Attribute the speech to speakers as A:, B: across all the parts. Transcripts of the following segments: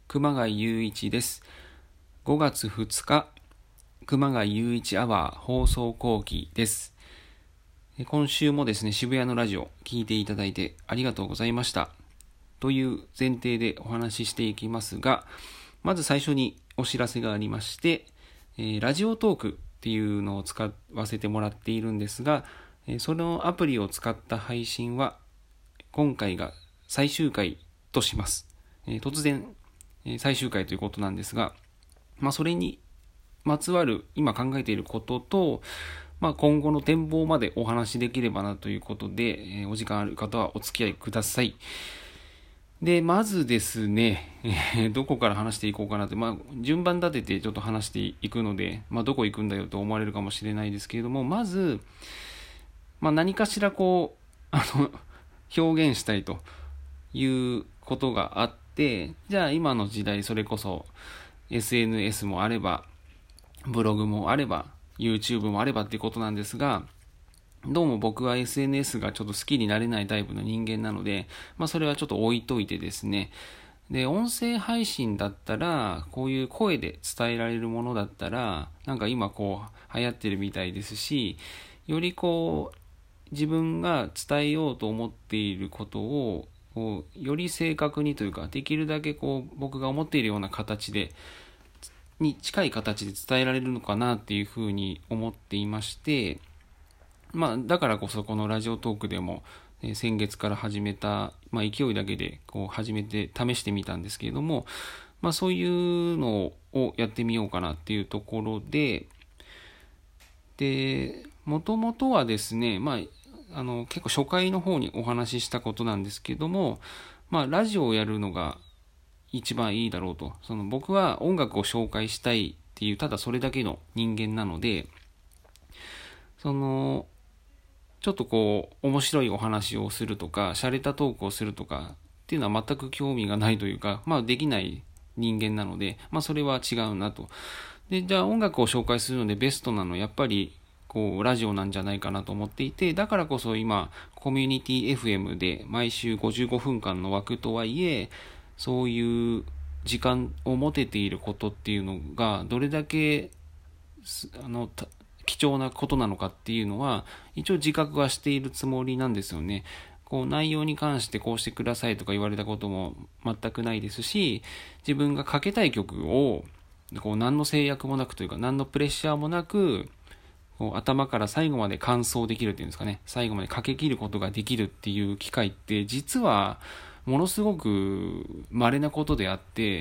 A: 熊谷雄一です。5月2日、熊谷雄一アワー放送後期です。今週もですね、渋谷のラジオ聞いていただいてありがとうございました。という前提でお話ししていきますが、まず最初にお知らせがありまして、ラジオトークっていうのを使わせてもらっているんですが、そのアプリを使った配信は今回が最終回とします。突然最終回ということなんですが、それにまつわる今考えていることと、今後の展望までお話しできればなということで、お時間ある方はお付き合いください。で、まずですね、どこから話していこうかなって、順番立ててちょっと話していくので、どこ行くんだよと思われるかもしれないですけれども、まず、何かしら表現したいということがあって、じゃあ今の時代それこそ SNS もあれば、ブログもあれば、YouTube もあればっていうことなんですが、どうも僕は SNS がちょっと好きになれないタイプの人間なので、それはちょっと置いといてですね。で、音声配信だったら、こういう声で伝えられるものだったら、今流行ってるみたいですし、より自分が伝えようと思っていることを、より正確にというか、できるだけ僕が思っているような形に近い形で伝えられるのかなっていうふうに思っていまして、だからこそこのラジオトークでも先月から始めた、勢いだけで始めて試してみたんですけれども、そういうのをやってみようかなっていうところで、もともとはですね、結構初回の方にお話ししたことなんですけども、ラジオをやるのが一番いいだろうと。僕は音楽を紹介したいっていう、ただそれだけの人間なので、ちょっと面白いお話をするとか、洒落たトークをするとかっていうのは全く興味がないというか、できない人間なので、それは違うなと。で、じゃあ音楽を紹介するのでベストなのはやっぱりラジオなんじゃないかなと思っていて、だからこそ今コミュニティ FM で毎週55分間の枠とはいえ、そういう時間を持てていることっていうのがどれだけ貴重なことなのかっていうのは一応自覚はしているつもりなんですよね。内容に関してこうしてくださいとか言われたことも全くないですし、自分がかけたい曲を何の制約もなくというか、何のプレッシャーもなく頭から最後まで完走できるっていうんですかね、最後までかけ切ることができるっていう機会って実はものすごく稀なことであって、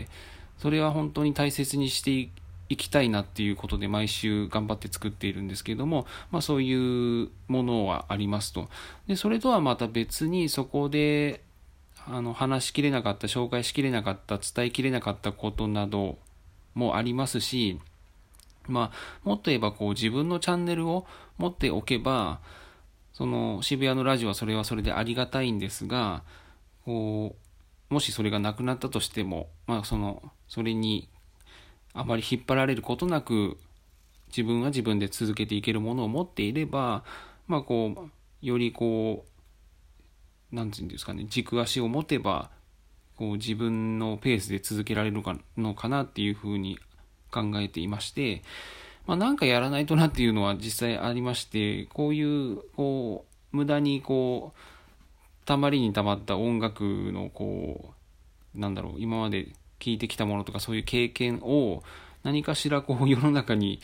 A: それは本当に大切にしていきたいなっていうことで毎週頑張って作っているんですけれども、そういうものはありますと。で、それとはまた別にそこで話しきれなかった、紹介しきれなかった、伝えきれなかったことなどもありますし、もっと言えば自分のチャンネルを持っておけば、渋谷のラジオはそれはそれでありがたいんですが、もしそれがなくなったとしても、それにあまり引っ張られることなく自分は自分で続けていけるものを持っていれば、よりなんていうんですかね、軸足を持てば自分のペースで続けられるのかなっていうふうに考えていまして、なんかやらないとなっていうのは実際ありまして、こういう無駄にたまりにたまった音楽の今まで聞いてきたものとかそういう経験を何かしら世の中に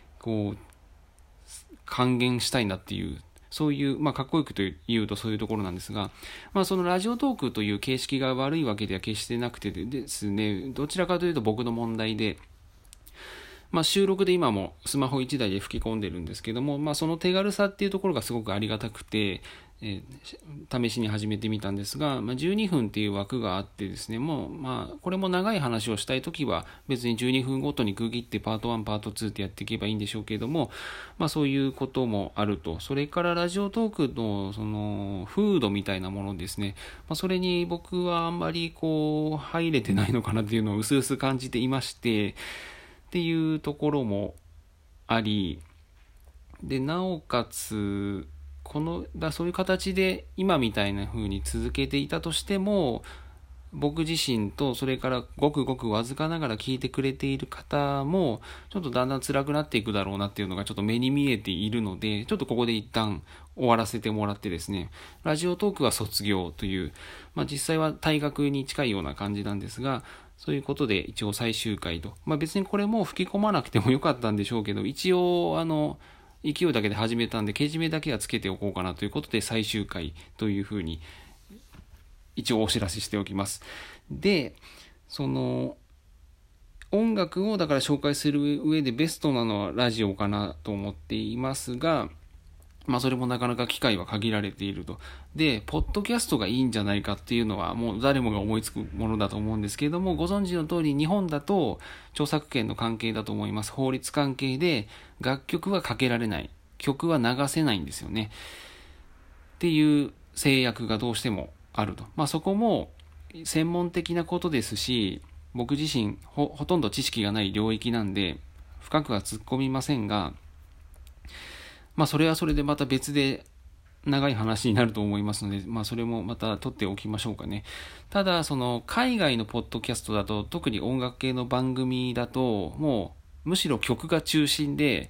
A: 還元したいなっていう、そういう、かっこよくと言うとそういうところなんですが、そのラジオトークという形式が悪いわけでは決してなくてですね、どちらかというと僕の問題で、収録で今もスマホ1台で吹き込んでるんですけども、その手軽さっていうところがすごくありがたくて、試しに始めてみたんですが、12分っていう枠があってですね、これも長い話をしたいときは別に12分ごとに区切ってパート1、パート2ってやっていけばいいんでしょうけれども、そういうこともあると。それからラジオトークのその風土みたいなものですね、それに僕はあんまり入れてないのかなっていうのを薄々感じていまして、っていうところもあり、でなおかつそういう形で今みたいな風に続けていたとしても、 僕自身と、それからごくごくわずかながら聞いてくれている方も、ちょっとだんだん辛くなっていくだろうなっていうのがちょっと目に見えているので、ちょっとここで一旦終わらせてもらってですね、ラジオトークは卒業という、実際は退学に近いような感じなんですが、そういうことで一応最終回と。別にこれも吹き込まなくてもよかったんでしょうけど、一応勢いだけで始めたんで、けじめだけはつけておこうかなということで最終回というふうに一応お知らせしておきます。で、その音楽をだから紹介する上でベストなのはラジオかなと思っていますが、それもなかなか機会は限られていると。で、ポッドキャストがいいんじゃないかっていうのはもう誰もが思いつくものだと思うんですけれども、ご存知の通り日本だと著作権の関係だと思います。法律関係で楽曲はかけられない。曲は流せないんですよね。っていう制約がどうしてもあると。そこも専門的なことですし、僕自身ほとんど知識がない領域なんで深くは突っ込みませんが、それはそれでまた別で長い話になると思いますので、それもまた取っておきましょうかね。ただ、その海外のポッドキャストだと、特に音楽系の番組だと、もうむしろ曲が中心で、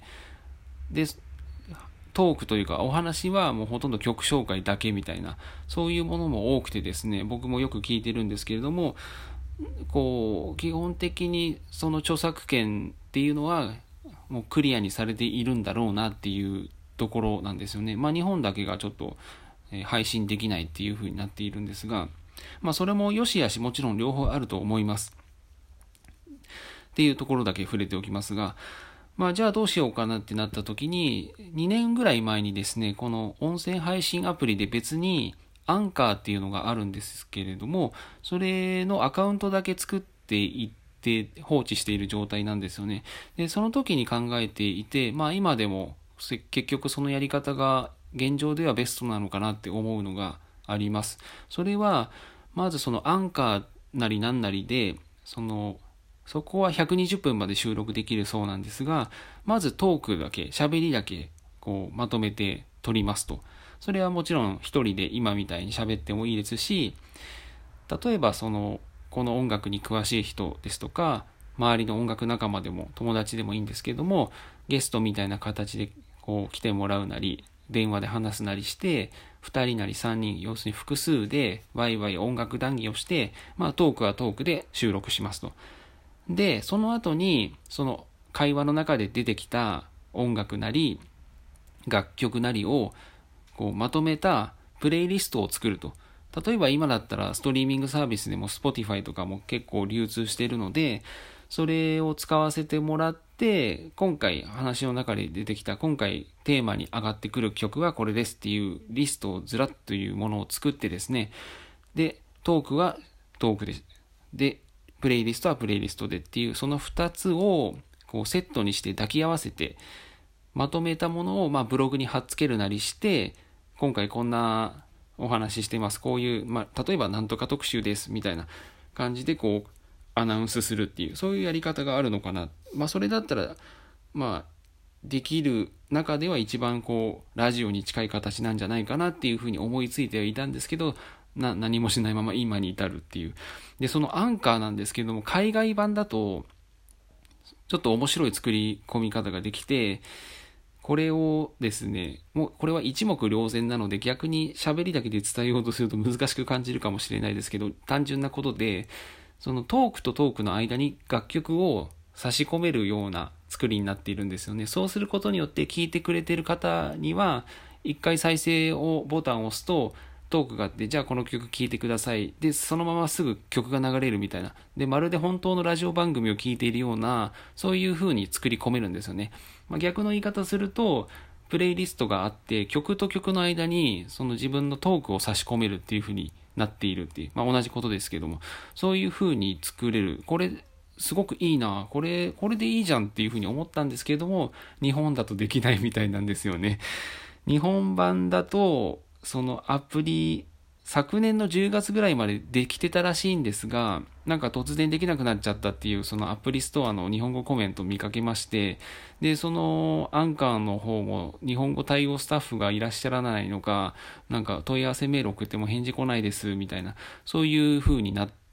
A: トークというかお話はもうほとんど曲紹介だけみたいな、そういうものも多くてですね、僕もよく聞いてるんですけれども、基本的にその著作権っていうのはもうクリアにされているんだろうなっていうところなんですよね。日本だけがちょっと配信できないっていう風になっているんですが、それも良し悪しもちろん両方あると思いますっていうところだけ触れておきますが、じゃあどうしようかなってなった時に、2年ぐらい前にですね、この音声配信アプリで別にアンカーっていうのがあるんですけれども、それのアカウントだけ作っていって放置している状態なんですよね。で、その時に考えていて、今でも結局そのやり方が現状ではベストなのかなって思うのがあります。それは、まずそのアンカーなりなんなりで、そこは120分まで収録できるそうなんですが、まずトークだけ、喋りだけまとめて撮りますと。それはもちろん一人で今みたいに喋ってもいいですし、例えばこの音楽に詳しい人ですとか、周りの音楽仲間でも友達でもいいんですけども、ゲストみたいな形で来てもらうなり、電話で話すなりして、2人なり3人、要するに複数でワイワイ音楽談義をして、トークはトークで収録しますと。で、その後に、その会話の中で出てきた音楽なり、楽曲なりをまとめたプレイリストを作ると。例えば今だったらストリーミングサービスでも Spotify とかも結構流通しているので、それを使わせてもらって、今回話の中で出てきた、今回テーマに上がってくる曲はこれですっていうリストをずらっというものを作ってですね、で、トークはトークで、プレイリストはプレイリストでっていう、その2つをセットにして抱き合わせて、まとめたものをブログに貼っつけるなりして、今回こんなお話ししてます。こういう、例えばなんとか特集ですみたいな感じでアナウンスするっていう、そういうやり方があるのかな。それだったら、できる中では一番ラジオに近い形なんじゃないかなっていうふうに思いついてはいたんですけど、何もしないまま今に至るっていう。で、そのアンカーなんですけども、海外版だと、ちょっと面白い作り込み方ができて、これをですね、もうこれは一目瞭然なので、逆に喋りだけで伝えようとすると難しく感じるかもしれないですけど、単純なことで、そのトークとトークの間に楽曲を差し込めるような作りになっているんですよね。そうすることによって聞いてくれている方には、一回再生ボタンを押すと、トークがあって、じゃあこの曲聴いてください。で、そのまますぐ曲が流れるみたいな。で、まるで本当のラジオ番組を聴いているような、そういう風に作り込めるんですよね。逆の言い方すると、プレイリストがあって、曲と曲の間に、その自分のトークを差し込めるっていう風になっているっていう。同じことですけども、そういう風に作れる。これ、すごくいいな。これでいいじゃんっていう風に思ったんですけれども、日本だとできないみたいなんですよね。日本版だと、そのアプリ、昨年の10月ぐらいまでできてたらしいんですが、突然できなくなっちゃったっていう、そのアプリストアの日本語コメントを見かけまして、で、そのアンカーの方も日本語対応スタッフがいらっしゃらないのか、問い合わせメール送っても返事来ないですみたいな、そういう風になっ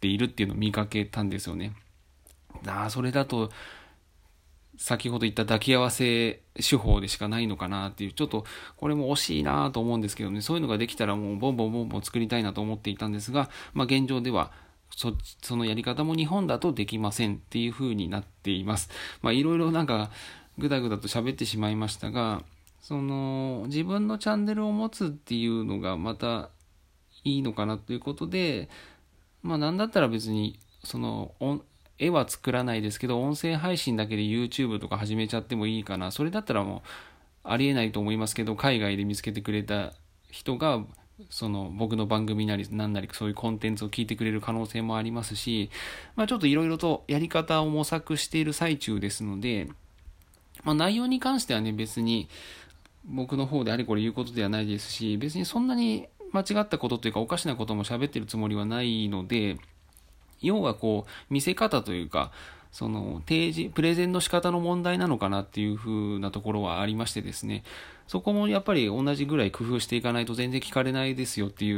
A: っているっていうのを見かけたんですよね。それだと先ほど言った抱き合わせ手法でしかないのかなっていう、ちょっとこれも惜しいなと思うんですけどね、そういうのができたらもうボンボンボンボン作りたいなと思っていたんですが、現状ではそのやり方も日本だとできませんっていう風になっています。いろいろなんかぐだぐだと喋ってしまいましたが、自分のチャンネルを持つっていうのがまたいいのかなということで、なんだったら別に絵は作らないですけど音声配信だけで YouTube とか始めちゃってもいいかな。それだったらもうありえないと思いますけど、海外で見つけてくれた人が僕の番組なり何なりそういうコンテンツを聞いてくれる可能性もありますし、ちょっといろいろとやり方を模索している最中ですので、内容に関してはね、別に僕の方であれこれ言うことではないですし、別にそんなに間違ったことというかおかしなことも喋ってるつもりはないので、要は見せ方というか提示プレゼンの仕方の問題なのかなっていう風なところはありましてですね、そこもやっぱり同じぐらい工夫していかないと全然聞かれないですよっていう、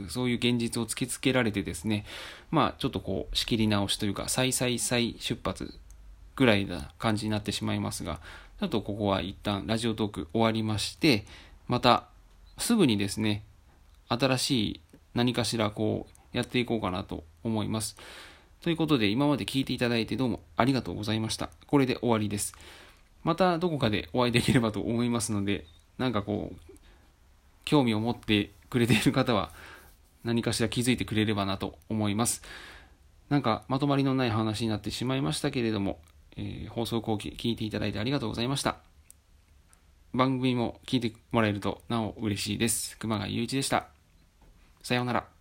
A: そういう現実を突きつけられてですね、ちょっと仕切り直しというか再出発ぐらいな感じになってしまいますが、ちょっとここは一旦ラジオトーク終わりまして、またすぐにですね新しい何かしらやっていこうかなと思います。ということで今まで聞いていただいてどうもありがとうございました。これで終わりです。またどこかでお会いできればと思いますので、興味を持ってくれている方は何かしら気づいてくれればなと思います。まとまりのない話になってしまいましたけれども、放送後期聞いていただいてありがとうございました。番組も聞いてもらえるとなお嬉しいです。熊谷雄一でした。さようなら。